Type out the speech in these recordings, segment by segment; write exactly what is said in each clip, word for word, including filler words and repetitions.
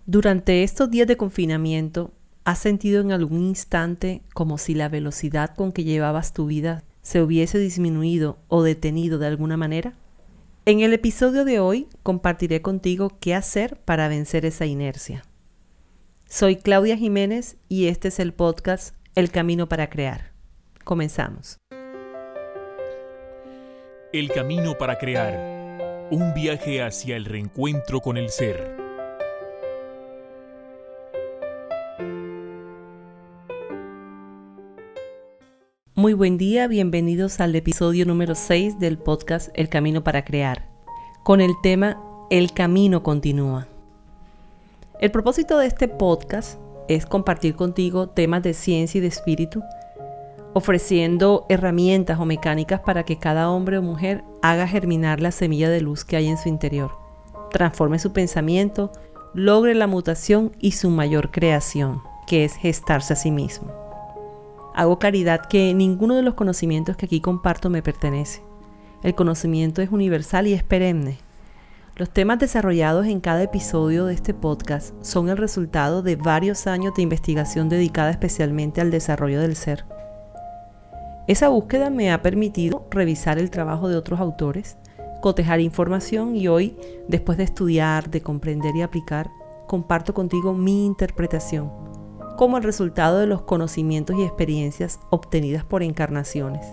Durante estos días de confinamiento, ¿has sentido en algún instante como si la velocidad con que llevabas tu vida se hubiese disminuido o detenido de alguna manera? En el episodio de hoy compartiré contigo qué hacer para vencer esa inercia. Soy Claudia Jiménez y este es el podcast El Camino para Crear. Comenzamos. El Camino para Crear. Un viaje hacia el reencuentro con el ser. Muy buen día, bienvenidos al episodio número seis del podcast El Camino para Crear, con el tema El Camino Continúa. El propósito de este podcast es compartir contigo temas de ciencia y de espíritu, ofreciendo herramientas o mecánicas para que cada hombre o mujer haga germinar la semilla de luz que hay en su interior, transforme su pensamiento, logre la mutación y su mayor creación, que es gestarse a sí mismo. Hago caridad que ninguno de los conocimientos que aquí comparto me pertenece. El conocimiento es universal y es perenne. Los temas desarrollados en cada episodio de este podcast son el resultado de varios años de investigación dedicada especialmente al desarrollo del ser. Esa búsqueda me ha permitido revisar el trabajo de otros autores, cotejar información y hoy, después de estudiar, de comprender y aplicar, comparto contigo mi interpretación como el resultado de los conocimientos y experiencias obtenidas por encarnaciones.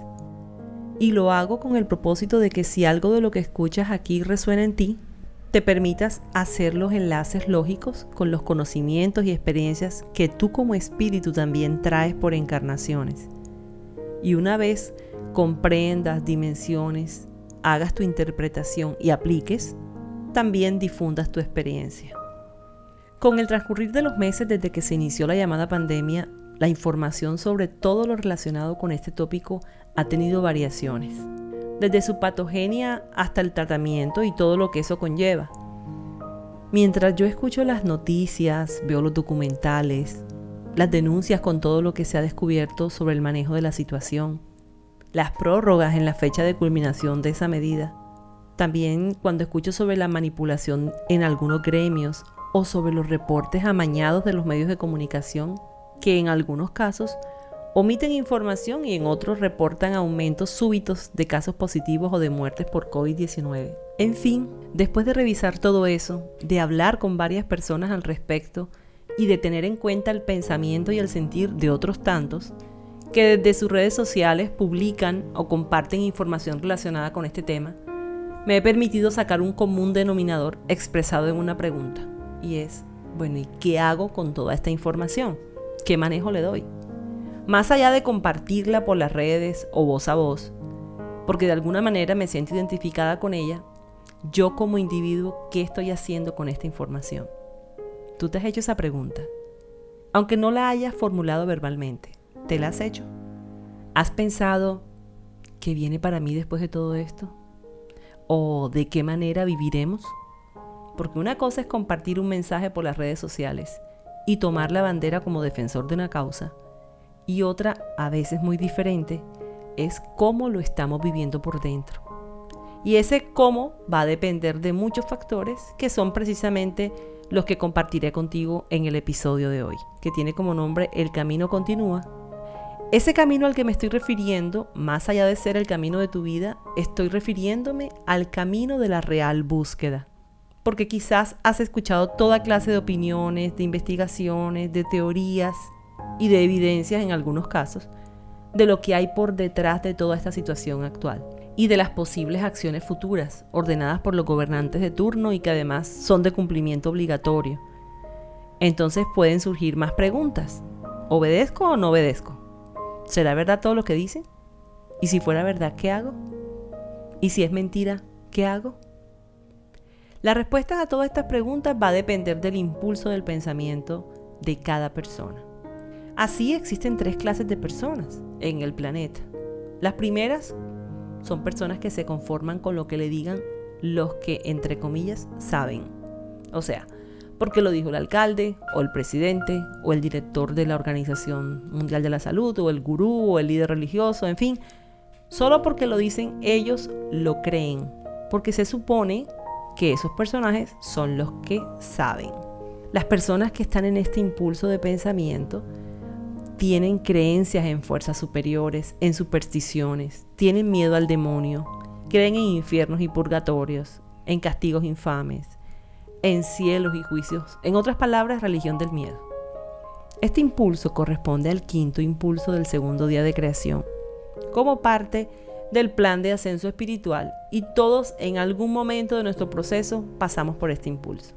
Y lo hago con el propósito de que si algo de lo que escuchas aquí resuena en ti, te permitas hacer los enlaces lógicos con los conocimientos y experiencias que tú como espíritu también traes por encarnaciones. Y una vez comprendas dimensiones, hagas tu interpretación y apliques, también difundas tu experiencia. Con el transcurrir de los meses desde que se inició la llamada pandemia, la información sobre todo lo relacionado con este tópico ha tenido variaciones, desde su patogenia hasta el tratamiento y todo lo que eso conlleva. Mientras yo escucho las noticias, veo los documentales, las denuncias con todo lo que se ha descubierto sobre el manejo de la situación, las prórrogas en la fecha de culminación de esa medida, también cuando escucho sobre la manipulación en algunos gremios o sobre los reportes amañados de los medios de comunicación que en algunos casos omiten información y en otros reportan aumentos súbitos de casos positivos o de muertes por covid diecinueve. En fin, después de revisar todo eso, de hablar con varias personas al respecto y de tener en cuenta el pensamiento y el sentir de otros tantos que desde sus redes sociales publican o comparten información relacionada con este tema, me he permitido sacar un común denominador expresado en una pregunta. Y es, bueno, ¿y qué hago con toda esta información? ¿Qué manejo le doy? Más allá de compartirla por las redes o voz a voz, porque de alguna manera me siento identificada con ella, yo como individuo, ¿qué estoy haciendo con esta información? ¿Tú te has hecho esa pregunta? Aunque no la hayas formulado verbalmente, ¿te la has hecho? ¿Has pensado qué viene para mí después de todo esto? ¿O de qué manera viviremos? Porque una cosa es compartir un mensaje por las redes sociales y tomar la bandera como defensor de una causa, y otra, a veces muy diferente, es cómo lo estamos viviendo por dentro. Y ese cómo va a depender de muchos factores que son precisamente los que compartiré contigo en el episodio de hoy, que tiene como nombre El Camino Continúa. Ese camino al que me estoy refiriendo, más allá de ser el camino de tu vida, estoy refiriéndome al camino de la real búsqueda. Porque quizás has escuchado toda clase de opiniones, de investigaciones, de teorías y de evidencias en algunos casos de lo que hay por detrás de toda esta situación actual y de las posibles acciones futuras ordenadas por los gobernantes de turno y que además son de cumplimiento obligatorio. Entonces pueden surgir más preguntas. ¿Obedezco o no obedezco? ¿Será verdad todo lo que dicen? ¿Y si fuera verdad, qué hago? ¿Y si es mentira, qué hago? La respuesta a todas estas preguntas va a depender del impulso del pensamiento de cada persona. Así existen tres clases de personas en el planeta. Las primeras son personas que se conforman con lo que le digan los que, entre comillas, saben. O sea, porque lo dijo el alcalde, o el presidente, o el director de la Organización Mundial de la Salud, o el gurú, o el líder religioso, en fin. Solo porque lo dicen ellos lo creen, porque se supone que esos personajes son los que saben. Las personas que están en este impulso de pensamiento tienen creencias en fuerzas superiores, en supersticiones, tienen miedo al demonio, creen en infiernos y purgatorios, en castigos infames, en cielos y juicios, en otras palabras, religión del miedo. Este impulso corresponde al quinto impulso del segundo día de creación, como parte del plan de ascenso espiritual, y todos en algún momento de nuestro proceso pasamos por este impulso.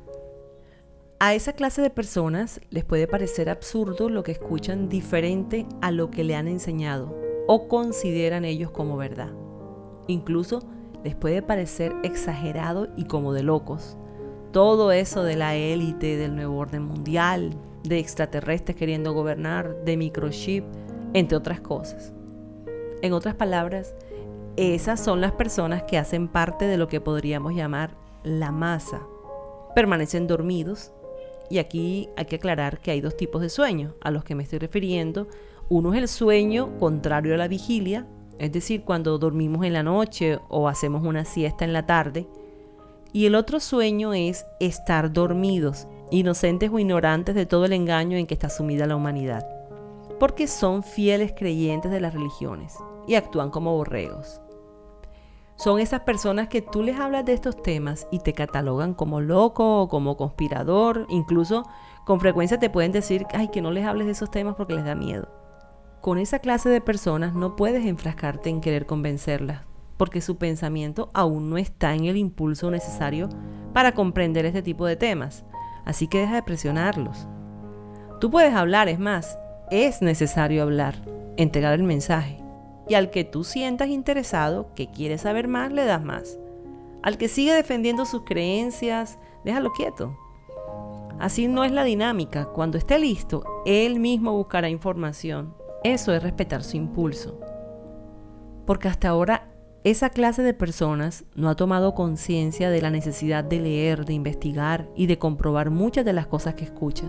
A esa clase de personas les puede parecer absurdo lo que escuchan diferente a lo que le han enseñado o consideran ellos como verdad. Incluso les puede parecer exagerado y como de locos. Todo eso de la élite, del nuevo orden mundial, de extraterrestres queriendo gobernar, de microchip, entre otras cosas. En otras palabras, esas son las personas que hacen parte de lo que podríamos llamar la masa. Permanecen dormidos, y aquí hay que aclarar que hay dos tipos de sueños a los que me estoy refiriendo. Uno es el sueño contrario a la vigilia, es decir, cuando dormimos en la noche o hacemos una siesta en la tarde. Y el otro sueño es estar dormidos, inocentes o ignorantes de todo el engaño en que está sumida la humanidad, porque son fieles creyentes de las religiones y actúan como borregos. Son esas personas que tú les hablas de estos temas y te catalogan como loco o como conspirador. Incluso con frecuencia te pueden decir, ay, que no les hables de esos temas porque les da miedo. Con esa clase de personas no puedes enfrascarte en querer convencerlas, porque su pensamiento aún no está en el impulso necesario para comprender este tipo de temas. Así que deja de presionarlos. Tú puedes hablar, es más, es necesario hablar, entregar el mensaje. Y al que tú sientas interesado, que quiere saber más, le das más. Al que sigue defendiendo sus creencias, déjalo quieto. Así no es la dinámica. Cuando esté listo, él mismo buscará información. Eso es respetar su impulso. Porque hasta ahora, esa clase de personas no ha tomado conciencia de la necesidad de leer, de investigar y de comprobar muchas de las cosas que escucha.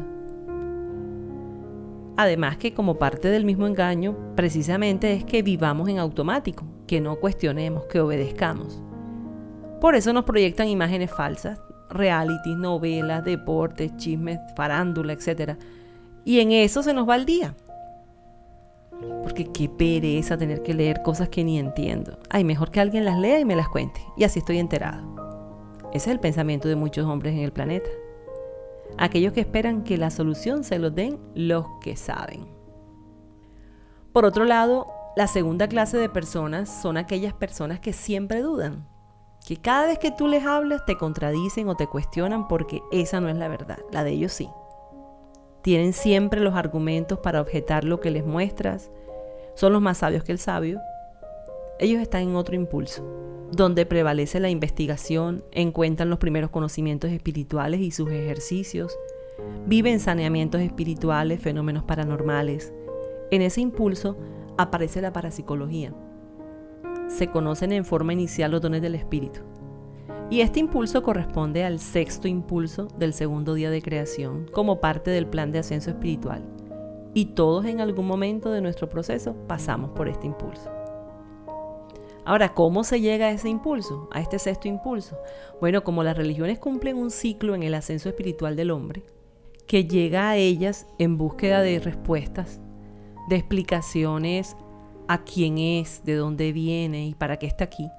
Además que como parte del mismo engaño, precisamente es que vivamos en automático, que no cuestionemos, que obedezcamos. Por eso nos proyectan imágenes falsas, realities, novelas, deportes, chismes, farándula, etcétera. Y en eso se nos va el día. Porque qué pereza tener que leer cosas que ni entiendo. Ay, mejor que alguien las lea y me las cuente, y así estoy enterado. Ese es el pensamiento de muchos hombres en el planeta. Aquellos que esperan que la solución se los den los que saben. Por otro lado, la segunda clase de personas son aquellas personas que siempre dudan, que cada vez que tú les hablas te contradicen o te cuestionan porque esa no es la verdad, la de ellos sí. Tienen siempre los argumentos para objetar lo que les muestras, son los más sabios que el sabio. Ellos están en otro impulso, donde prevalece la investigación, encuentran los primeros conocimientos espirituales y sus ejercicios, viven saneamientos espirituales, fenómenos paranormales. En ese impulso aparece la parapsicología. Se conocen en forma inicial los dones del espíritu. Y este impulso corresponde al sexto impulso del segundo día de creación, como parte del plan de ascenso espiritual. Y todos en algún momento de nuestro proceso pasamos por este impulso. Ahora, ¿cómo se llega a ese impulso, a este sexto impulso? Bueno, como las religiones cumplen un ciclo en el ascenso espiritual del hombre, que llega a ellas en búsqueda de respuestas, de explicaciones a quién es, de dónde viene y para qué está aquí.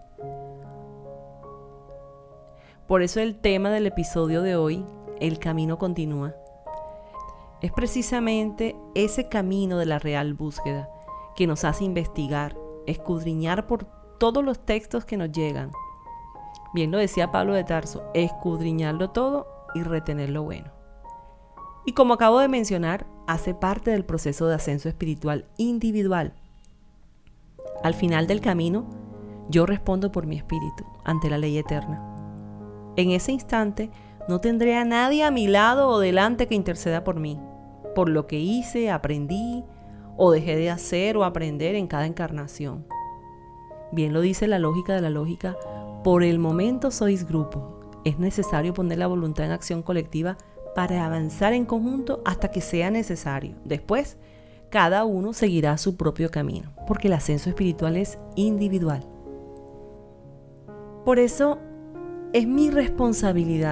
Por eso el tema del episodio de hoy, el camino continúa. Es precisamente ese camino de la real búsqueda que nos hace investigar, escudriñar por todos los textos que nos llegan. Bien lo decía Pablo de Tarso, escudriñarlo todo y retener lo bueno. Y como acabo de mencionar, hace parte del proceso de ascenso espiritual individual. Al final del camino, yo respondo por mi espíritu ante la ley eterna. En ese instante, no tendré a nadie a mi lado o delante que interceda por mí, por lo que hice, aprendí o dejé de hacer o aprender en cada encarnación. Bien lo dice la lógica de la lógica, por el momento sois grupo. Es necesario poner la voluntad en acción colectiva para avanzar en conjunto hasta que sea necesario. Después, cada uno seguirá su propio camino, porque el ascenso espiritual es individual. Por eso, es mi responsabilidad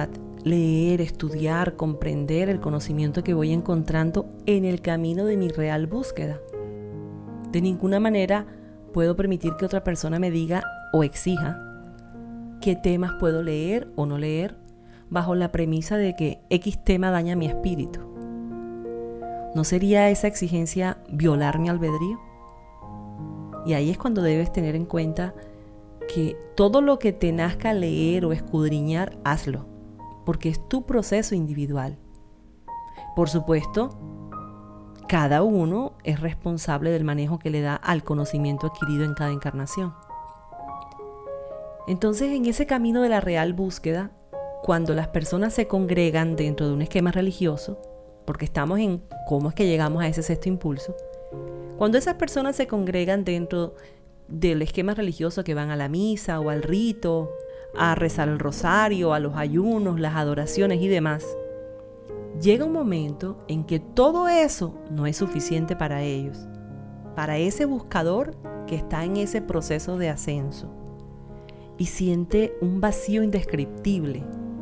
leer, estudiar, comprender el conocimiento que voy encontrando en el camino de mi real búsqueda. De ninguna manera puedo permitir que otra persona me diga o exija qué temas puedo leer o no leer bajo la premisa de que X tema daña mi espíritu. ¿No sería esa exigencia violar mi albedrío? Y ahí es cuando debes tener en cuenta que todo lo que te nazca leer o escudriñar, hazlo, porque es tu proceso individual. Por supuesto, cada uno es responsable del manejo que le da al conocimiento adquirido en cada encarnación. Entonces, en ese camino de la real búsqueda, cuando las personas se congregan dentro de un esquema religioso, porque estamos en cómo es que llegamos a ese sexto impulso, cuando esas personas se congregan dentro del esquema religioso, que van a la misa o al rito, a rezar el rosario, a los ayunos, las adoraciones y demás, llega un momento en que todo eso no es suficiente para ellos, para ese buscador que está en ese proceso de ascenso y siente un vacío indescriptible,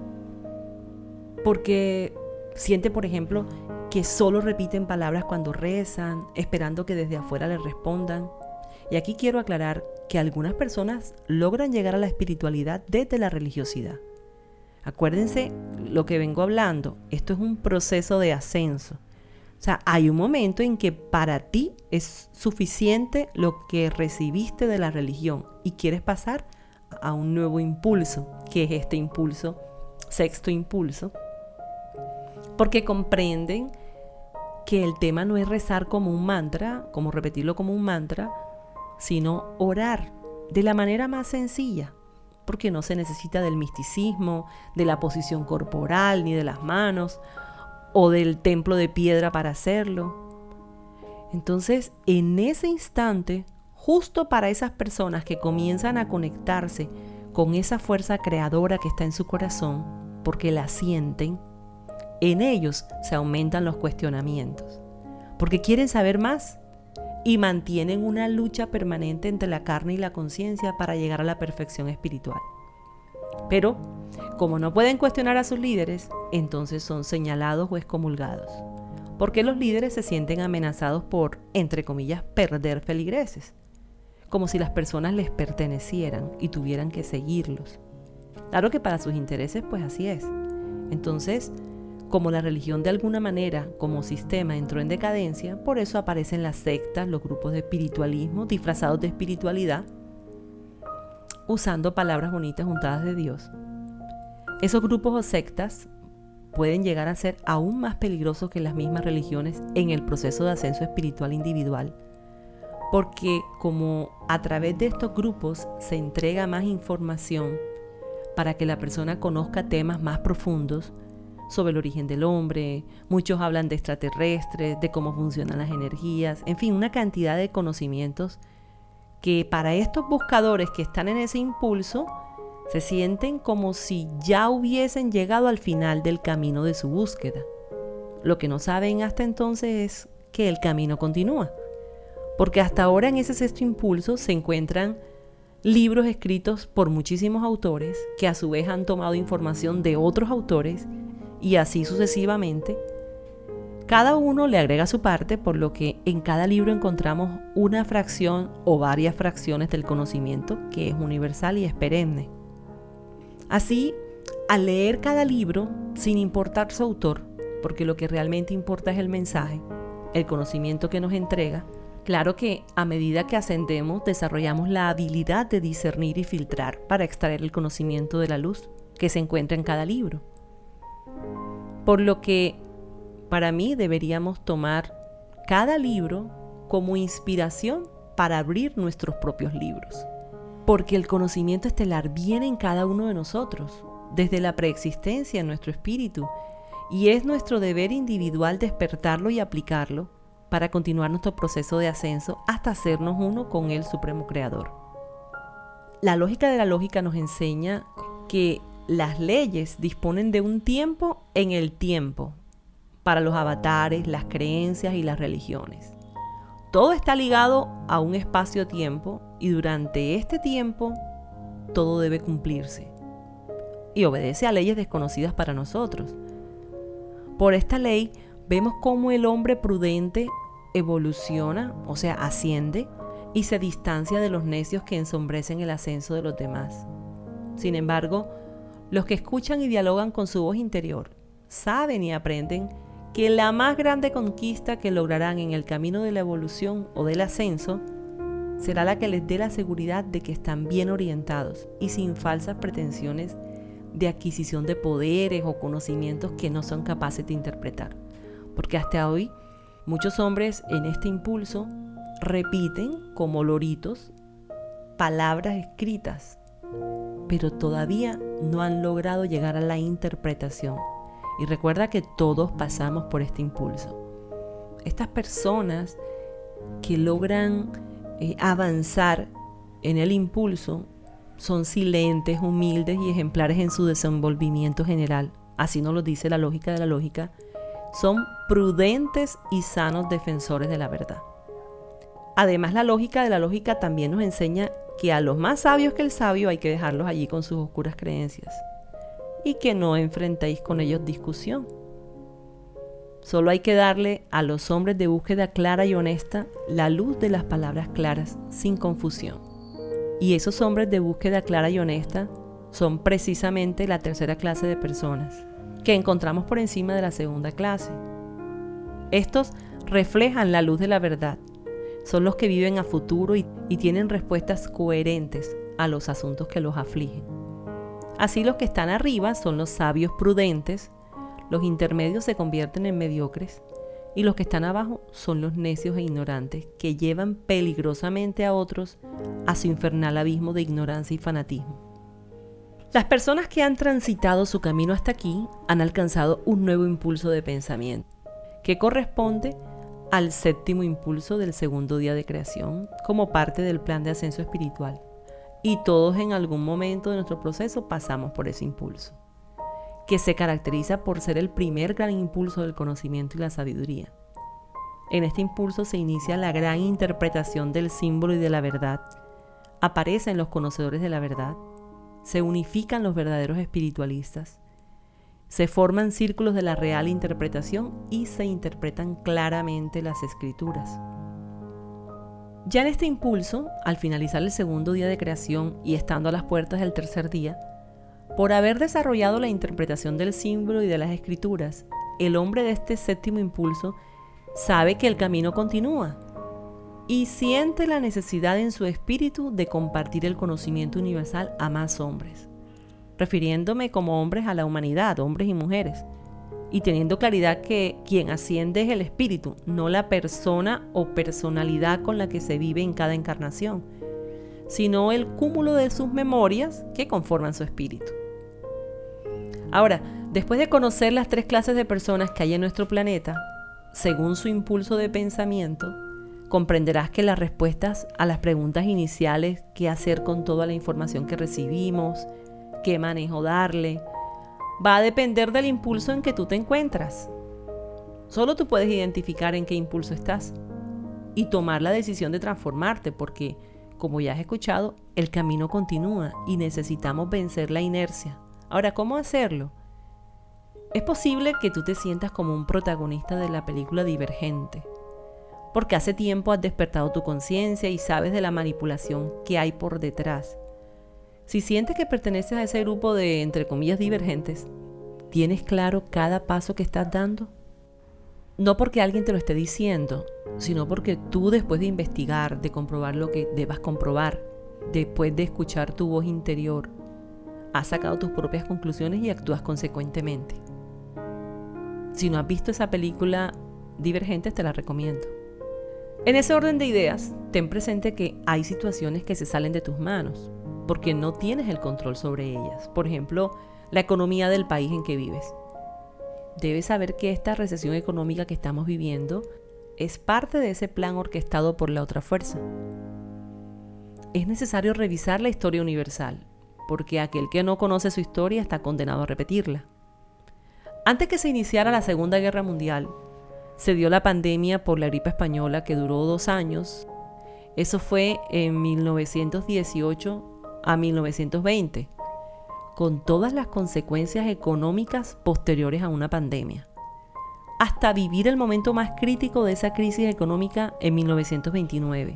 porque siente, por ejemplo, que solo repiten palabras cuando rezan, esperando que desde afuera les respondan. Y aquí quiero aclarar que algunas personas logran llegar a la espiritualidad desde la religiosidad. Acuérdense lo que vengo hablando, esto es un proceso de ascenso. O sea, hay un momento en que para ti es suficiente lo que recibiste de la religión y quieres pasar a un nuevo impulso, que es este impulso, sexto impulso, porque comprenden que el tema no es rezar como un mantra, como repetirlo como un mantra, sino orar de la manera más sencilla, porque no se necesita del misticismo, de la posición corporal, ni de las manos, o del templo de piedra para hacerlo. Entonces, en ese instante, justo para esas personas que comienzan a conectarse con esa fuerza creadora que está en su corazón, porque la sienten, en ellos se aumentan los cuestionamientos, porque quieren saber más y mantienen una lucha permanente entre la carne y la conciencia para llegar a la perfección espiritual. Pero, como no pueden cuestionar a sus líderes, entonces son señalados o excomulgados, porque los líderes se sienten amenazados por, entre comillas, perder feligreses, como si las personas les pertenecieran y tuvieran que seguirlos. Claro que para sus intereses, pues así es. Entonces, como la religión de alguna manera, como sistema, entró en decadencia, por eso aparecen las sectas, los grupos de espiritualismo disfrazados de espiritualidad, usando palabras bonitas juntadas de Dios. Esos grupos o sectas pueden llegar a ser aún más peligrosos que las mismas religiones en el proceso de ascenso espiritual individual, porque como a través de estos grupos se entrega más información para que la persona conozca temas más profundos sobre el origen del hombre, muchos hablan de extraterrestres, de cómo funcionan las energías, en fin, una cantidad de conocimientos que para estos buscadores que están en ese impulso se sienten como si ya hubiesen llegado al final del camino de su búsqueda. Lo que no saben hasta entonces es que el camino continúa, porque hasta ahora en ese sexto impulso se encuentran libros escritos por muchísimos autores que a su vez han tomado información de otros autores y así sucesivamente. Cada uno le agrega su parte, por lo que en cada libro encontramos una fracción o varias fracciones del conocimiento que es universal y es perenne. Así, al leer cada libro, sin importar su autor, porque lo que realmente importa es el mensaje, el conocimiento que nos entrega, claro que a medida que ascendemos desarrollamos la habilidad de discernir y filtrar para extraer el conocimiento de la luz que se encuentra en cada libro. Por lo que para mí deberíamos tomar cada libro como inspiración para abrir nuestros propios libros. Porque el conocimiento estelar viene en cada uno de nosotros, desde la preexistencia en nuestro espíritu, y es nuestro deber individual despertarlo y aplicarlo para continuar nuestro proceso de ascenso hasta hacernos uno con el Supremo Creador. La lógica de la lógica nos enseña que las leyes disponen de un tiempo en el tiempo para los avatares, las creencias y las religiones. Todo está ligado a un espacio-tiempo y durante este tiempo todo debe cumplirse. y obedece a leyes desconocidas para nosotros. Por esta ley vemos cómo el hombre prudente evoluciona, o sea, asciende, y se distancia de los necios que ensombrecen el ascenso de los demás. Sin embargo, los que escuchan y dialogan con su voz interior saben y aprenden que la más grande conquista que lograrán en el camino de la evolución o del ascenso será la que les dé la seguridad de que están bien orientados y sin falsas pretensiones de adquisición de poderes o conocimientos que no son capaces de interpretar. Porque hasta hoy muchos hombres en este impulso repiten como loritos palabras escritas, pero todavía no han logrado llegar a la interpretación. Y recuerda que todos pasamos por este impulso. Estas personas que logran eh, avanzar en el impulso son silentes, humildes y ejemplares en su desenvolvimiento general. Así nos lo dice la lógica de la lógica. Son prudentes y sanos defensores de la verdad. Además, la lógica de la lógica también nos enseña que a los más sabios que el sabio hay que dejarlos allí con sus oscuras creencias y que no enfrentéis con ellos discusión. Solo hay que darle a los hombres de búsqueda clara y honesta la luz de las palabras claras sin confusión. Y esos hombres de búsqueda clara y honesta son precisamente la tercera clase de personas que encontramos por encima de la segunda clase. Estos reflejan la luz de la verdad. Son los que viven a futuro y, y tienen respuestas coherentes a los asuntos que los afligen. Así los que están arriba son los sabios prudentes, los intermedios se convierten en mediocres y los que están abajo son los necios e ignorantes que llevan peligrosamente a otros a su infernal abismo de ignorancia y fanatismo. Las personas que han transitado su camino hasta aquí han alcanzado un nuevo impulso de pensamiento que corresponde al séptimo impulso del segundo día de creación como parte del plan de ascenso espiritual. Y todos en algún momento de nuestro proceso pasamos por ese impulso, que se caracteriza por ser el primer gran impulso del conocimiento y la sabiduría. En este impulso se inicia la gran interpretación del símbolo y de la verdad. Aparecen los conocedores de la verdad, se unifican los verdaderos espiritualistas, se forman círculos de la real interpretación y se interpretan claramente las escrituras. Ya en este impulso, al finalizar el segundo día de creación y estando a las puertas del tercer día, por haber desarrollado la interpretación del símbolo y de las escrituras, el hombre de este séptimo impulso sabe que el camino continúa y siente la necesidad en su espíritu de compartir el conocimiento universal a más hombres, refiriéndome como hombres a la humanidad, hombres y mujeres, y teniendo claridad que quien asciende es el espíritu, no la persona o personalidad con la que se vive en cada encarnación, sino el cúmulo de sus memorias que conforman su espíritu. Ahora, después de conocer las tres clases de personas que hay en nuestro planeta, según su impulso de pensamiento, comprenderás que las respuestas a las preguntas iniciales, qué hacer con toda la información que recibimos, qué manejo darle, va a depender del impulso en que tú te encuentras. Solo tú puedes identificar en qué impulso estás y tomar la decisión de transformarte, porque, como ya has escuchado, el camino continúa y necesitamos vencer la inercia. Ahora, ¿cómo hacerlo? Es posible que tú te sientas como un protagonista de la película Divergente, porque hace tiempo has despertado tu conciencia y sabes de la manipulación que hay por detrás. Si sientes que perteneces a ese grupo de, entre comillas, divergentes, ¿tienes claro cada paso que estás dando? No porque alguien te lo esté diciendo, sino porque tú, después de investigar, de comprobar lo que debas comprobar, después de escuchar tu voz interior, has sacado tus propias conclusiones y actúas consecuentemente. Si no has visto esa película Divergentes, te la recomiendo. En ese orden de ideas, ten presente que hay situaciones que se salen de tus manos, porque no tienes el control sobre ellas. Por ejemplo, la economía del país en que vives. Debes saber que esta recesión económica que estamos viviendo es parte de ese plan orquestado por la otra fuerza. Es necesario revisar la historia universal, porque aquel que no conoce su historia está condenado a repetirla. Antes que se iniciara la Segunda Guerra Mundial, se dio la pandemia por la gripe española que duró dos años. Eso fue en mil novecientos dieciocho a mil novecientos veinte, con todas las consecuencias económicas posteriores a una pandemia, hasta vivir el momento más crítico de esa crisis económica en mil novecientos veintinueve,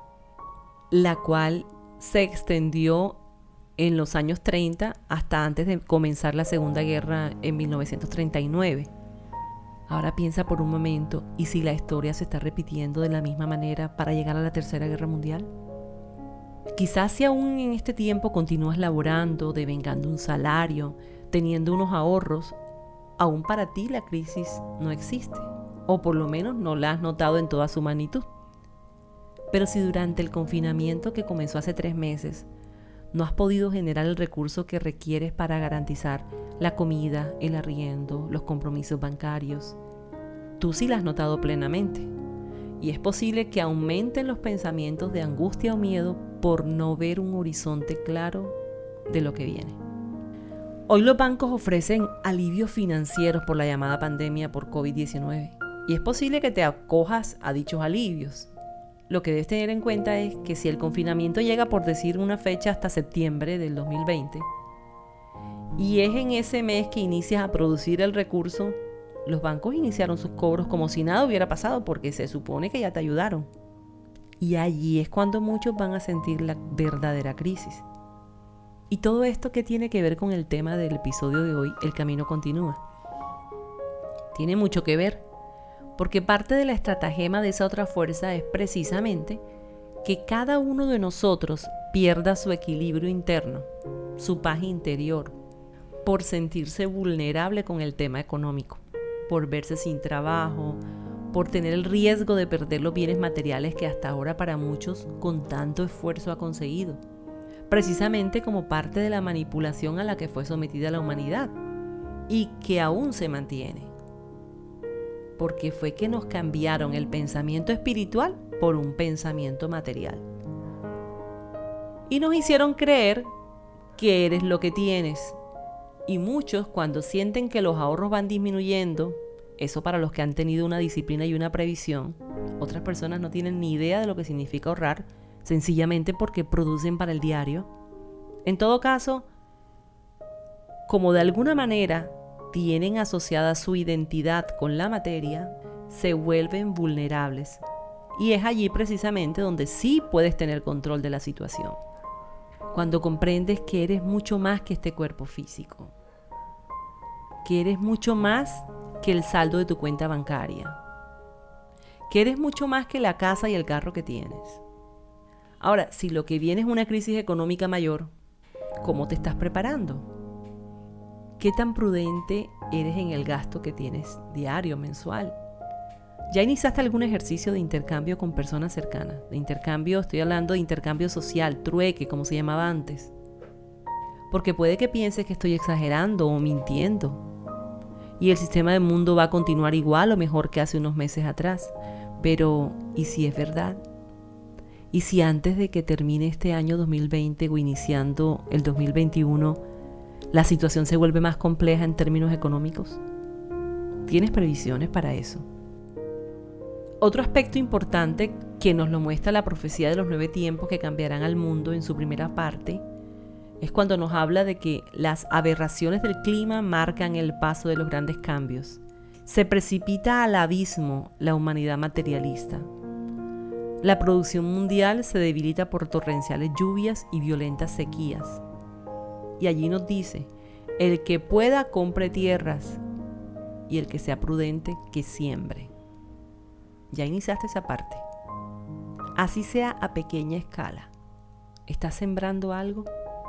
la cual se extendió en los años treinta hasta antes de comenzar la Segunda Guerra en mil novecientos treinta y nueve. Ahora piensa por un momento, ¿y si la historia se está repitiendo de la misma manera para llegar a la Tercera Guerra Mundial? Quizás si aún en este tiempo continúas laborando, devengando un salario, teniendo unos ahorros, aún para ti la crisis no existe, o por lo menos no la has notado en toda su magnitud. Pero si durante el confinamiento que comenzó hace tres meses, no has podido generar el recurso que requieres para garantizar la comida, el arriendo, los compromisos bancarios, tú sí la has notado plenamente. Y es posible que aumenten los pensamientos de angustia o miedo por no ver un horizonte claro de lo que viene. Hoy los bancos ofrecen alivios financieros por la llamada pandemia por covid diecinueve y es posible que te acojas a dichos alivios. Lo que debes tener en cuenta es que si el confinamiento llega, por decir una fecha, hasta septiembre del dos mil veinte, y es en ese mes que inicias a producir el recurso, los bancos iniciaron sus cobros como si nada hubiera pasado porque se supone que ya te ayudaron. Y allí es cuando muchos van a sentir la verdadera crisis. Y todo esto, ¿qué tiene que ver con el tema del episodio de hoy, El Camino Continúa? Tiene mucho que ver, porque parte de la estratagema de esa otra fuerza es precisamente que cada uno de nosotros pierda su equilibrio interno, su paz interior, por sentirse vulnerable con el tema económico, por verse sin trabajo, por tener el riesgo de perder los bienes materiales que hasta ahora para muchos con tanto esfuerzo ha conseguido, precisamente como parte de la manipulación a la que fue sometida la humanidad y que aún se mantiene. Porque fue que nos cambiaron el pensamiento espiritual por un pensamiento material. Y nos hicieron creer que eres lo que tienes. Y muchos, cuando sienten que los ahorros van disminuyendo, eso para los que han tenido una disciplina y una previsión, otras personas no tienen ni idea de lo que significa ahorrar, sencillamente porque producen para el diario. En todo caso, como de alguna manera tienen asociada su identidad con la materia, se vuelven vulnerables. Y es allí precisamente donde sí puedes tener control de la situación. Cuando comprendes que eres mucho más que este cuerpo físico. Que eres mucho más que el saldo de tu cuenta bancaria. Que eres mucho más que la casa y el carro que tienes. Ahora, si lo que viene es una crisis económica mayor, ¿cómo te estás preparando? ¿Qué tan prudente eres en el gasto que tienes diario, mensual? ¿Ya iniciaste algún ejercicio de intercambio con personas cercanas? De intercambio, estoy hablando de intercambio social, trueque, como se llamaba antes. Porque puede que pienses que estoy exagerando o mintiendo. Y el sistema del mundo va a continuar igual o mejor que hace unos meses atrás. Pero, ¿y si es verdad? ¿Y si antes de que termine este año dos mil veinte o iniciando el dos mil veintiuno, la situación se vuelve más compleja en términos económicos? ¿Tienes previsiones para eso? Otro aspecto importante que nos lo muestra la profecía de los nueve tiempos que cambiarán al mundo en su primera parte es cuando nos habla de que las aberraciones del clima marcan el paso de los grandes cambios. Se precipita al abismo la humanidad materialista. La producción mundial se debilita por torrenciales lluvias y violentas sequías. Y allí nos dice, el que pueda compre tierras y el que sea prudente que siembre. Ya iniciaste esa parte. Así sea a pequeña escala. ¿Estás sembrando algo?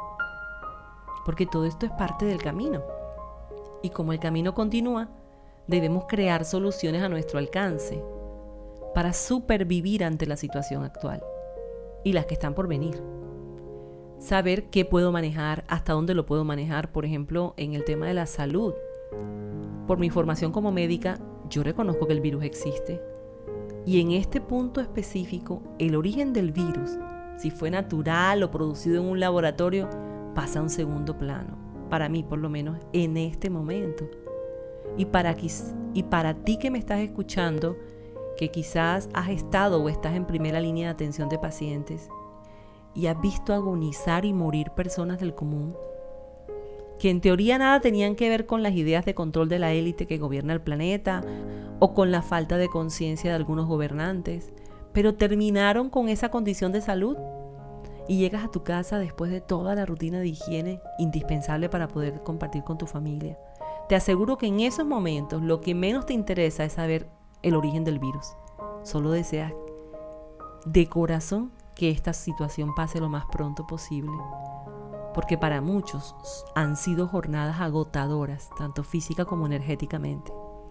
Porque todo esto es parte del camino. Y como el camino continúa, debemos crear soluciones a nuestro alcance para supervivir ante la situación actual y las que están por venir. Saber qué puedo manejar, hasta dónde lo puedo manejar, por ejemplo, en el tema de la salud. Por mi formación como médica, yo reconozco que el virus existe. Y en este punto específico, el origen del virus, si fue natural o producido en un laboratorio, pasa a un segundo plano. Para mí, por lo menos, en este momento. Y para, y para ti que me estás escuchando, que quizás has estado o estás en primera línea de atención de pacientes y has visto agonizar y morir personas del común, que en teoría nada tenían que ver con las ideas de control de la élite que gobierna el planeta o con la falta de conciencia de algunos gobernantes, pero terminaron con esa condición de salud y llegas a tu casa después de toda la rutina de higiene indispensable para poder compartir con tu familia. Te aseguro que en esos momentos lo que menos te interesa es saber el origen del virus. Solo deseas de corazón que esta situación pase lo más pronto posible, porque para muchos han sido jornadas agotadoras, tanto física como energéticamente.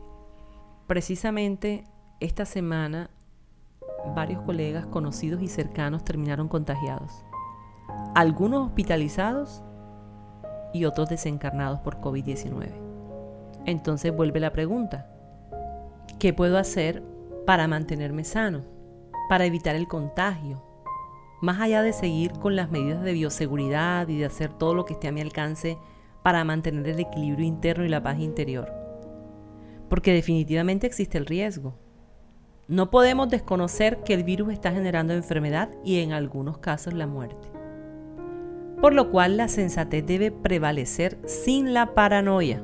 Precisamente esta semana, varios colegas conocidos y cercanos terminaron contagiados, algunos hospitalizados y otros desencarnados por covid diecinueve. Entonces vuelve la pregunta: ¿qué puedo hacer para mantenerme sano, para evitar el contagio? Más allá de seguir con las medidas de bioseguridad y de hacer todo lo que esté a mi alcance para mantener el equilibrio interno y la paz interior. Porque definitivamente existe el riesgo. No podemos desconocer que el virus está generando enfermedad y en algunos casos la muerte. Por lo cual la sensatez debe prevalecer sin la paranoia.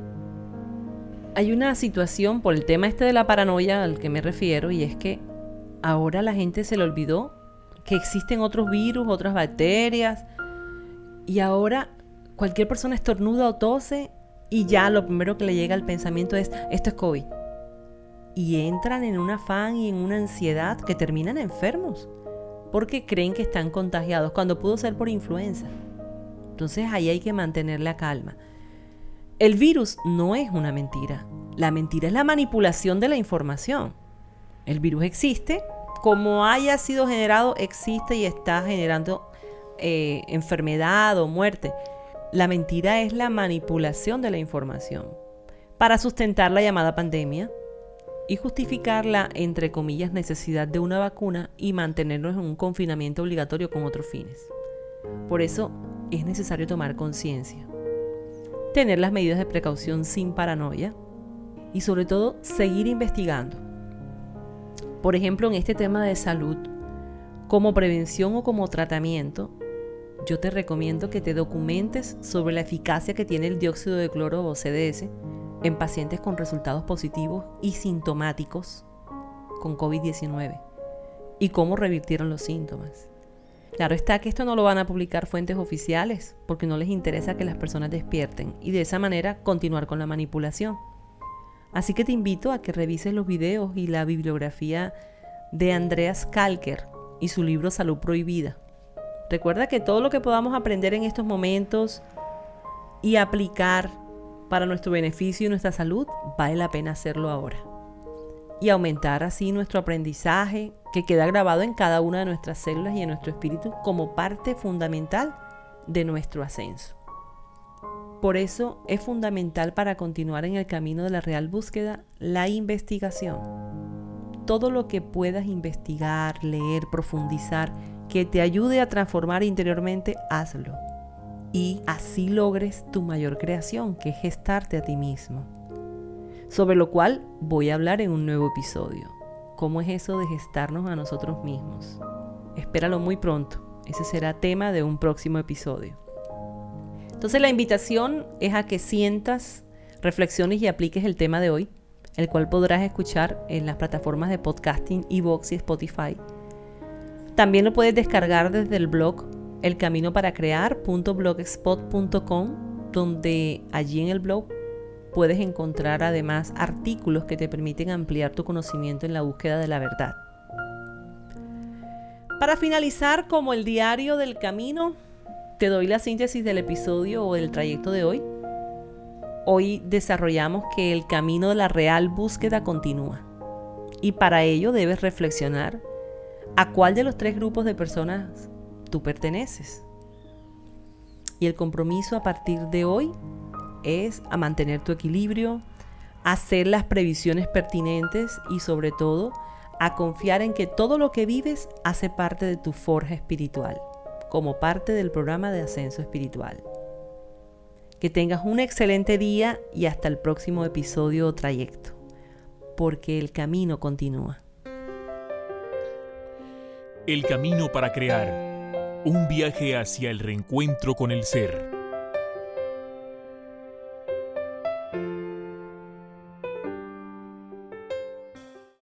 Hay una situación por el tema este de la paranoia al que me refiero, y es que ahora la gente se le olvidó que existen otros virus, otras bacterias, y ahora cualquier persona estornuda o tose y ya lo primero que le llega al pensamiento es: esto es COVID. Y entran en un afán y en una ansiedad que terminan enfermos porque creen que están contagiados cuando pudo ser por influenza. Entonces ahí hay que mantener la calma. El virus no es una mentira. La mentira es la manipulación de la información. El virus existe, como haya sido generado, existe y está generando eh, enfermedad o muerte. La mentira es la manipulación de la información para sustentar la llamada pandemia y justificar la, entre comillas, necesidad de una vacuna y mantenernos en un confinamiento obligatorio con otros fines. Por eso es necesario tomar conciencia, tener las medidas de precaución sin paranoia y sobre todo seguir investigando. Por ejemplo, en este tema de salud, como prevención o como tratamiento, yo te recomiendo que te documentes sobre la eficacia que tiene el dióxido de cloro o C D S en pacientes con resultados positivos y sintomáticos con covid diecinueve y cómo revirtieron los síntomas. Claro está que esto no lo van a publicar fuentes oficiales porque no les interesa que las personas despierten y de esa manera continuar con la manipulación. Así que te invito a que revises los videos y la bibliografía de Andreas Kalker y su libro Salud Prohibida. Recuerda que todo lo que podamos aprender en estos momentos y aplicar para nuestro beneficio y nuestra salud, vale la pena hacerlo ahora. Y aumentar así nuestro aprendizaje que queda grabado en cada una de nuestras células y en nuestro espíritu como parte fundamental de nuestro ascenso. Por eso es fundamental para continuar en el camino de la real búsqueda la investigación. Todo lo que puedas investigar, leer, profundizar, que te ayude a transformar interiormente, hazlo. Y así logres tu mayor creación, que es gestarte a ti mismo. Sobre lo cual voy a hablar en un nuevo episodio. ¿Cómo es eso de gestarnos a nosotros mismos? Espéralo muy pronto. Ese será tema de un próximo episodio. Entonces la invitación es a que sientas, reflexiones y apliques el tema de hoy, el cual podrás escuchar en las plataformas de podcasting, iVoox y Spotify. También lo puedes descargar desde el blog el camino para crear punto blogspot punto com, donde allí en el blog puedes encontrar además artículos que te permiten ampliar tu conocimiento en la búsqueda de la verdad. Para finalizar, como el diario del camino, te doy la síntesis del episodio o del trayecto de hoy. Hoy desarrollamos que el camino de la real búsqueda continúa. Y para ello debes reflexionar a cuál de los tres grupos de personas tú perteneces. Y el compromiso a partir de hoy es a mantener tu equilibrio, a hacer las previsiones pertinentes y sobre todo a confiar en que todo lo que vives hace parte de tu forja espiritual, como parte del programa de ascenso espiritual. Que tengas un excelente día y hasta el próximo episodio o trayecto, porque el camino continúa. El camino para crear. Un viaje hacia el reencuentro con el ser.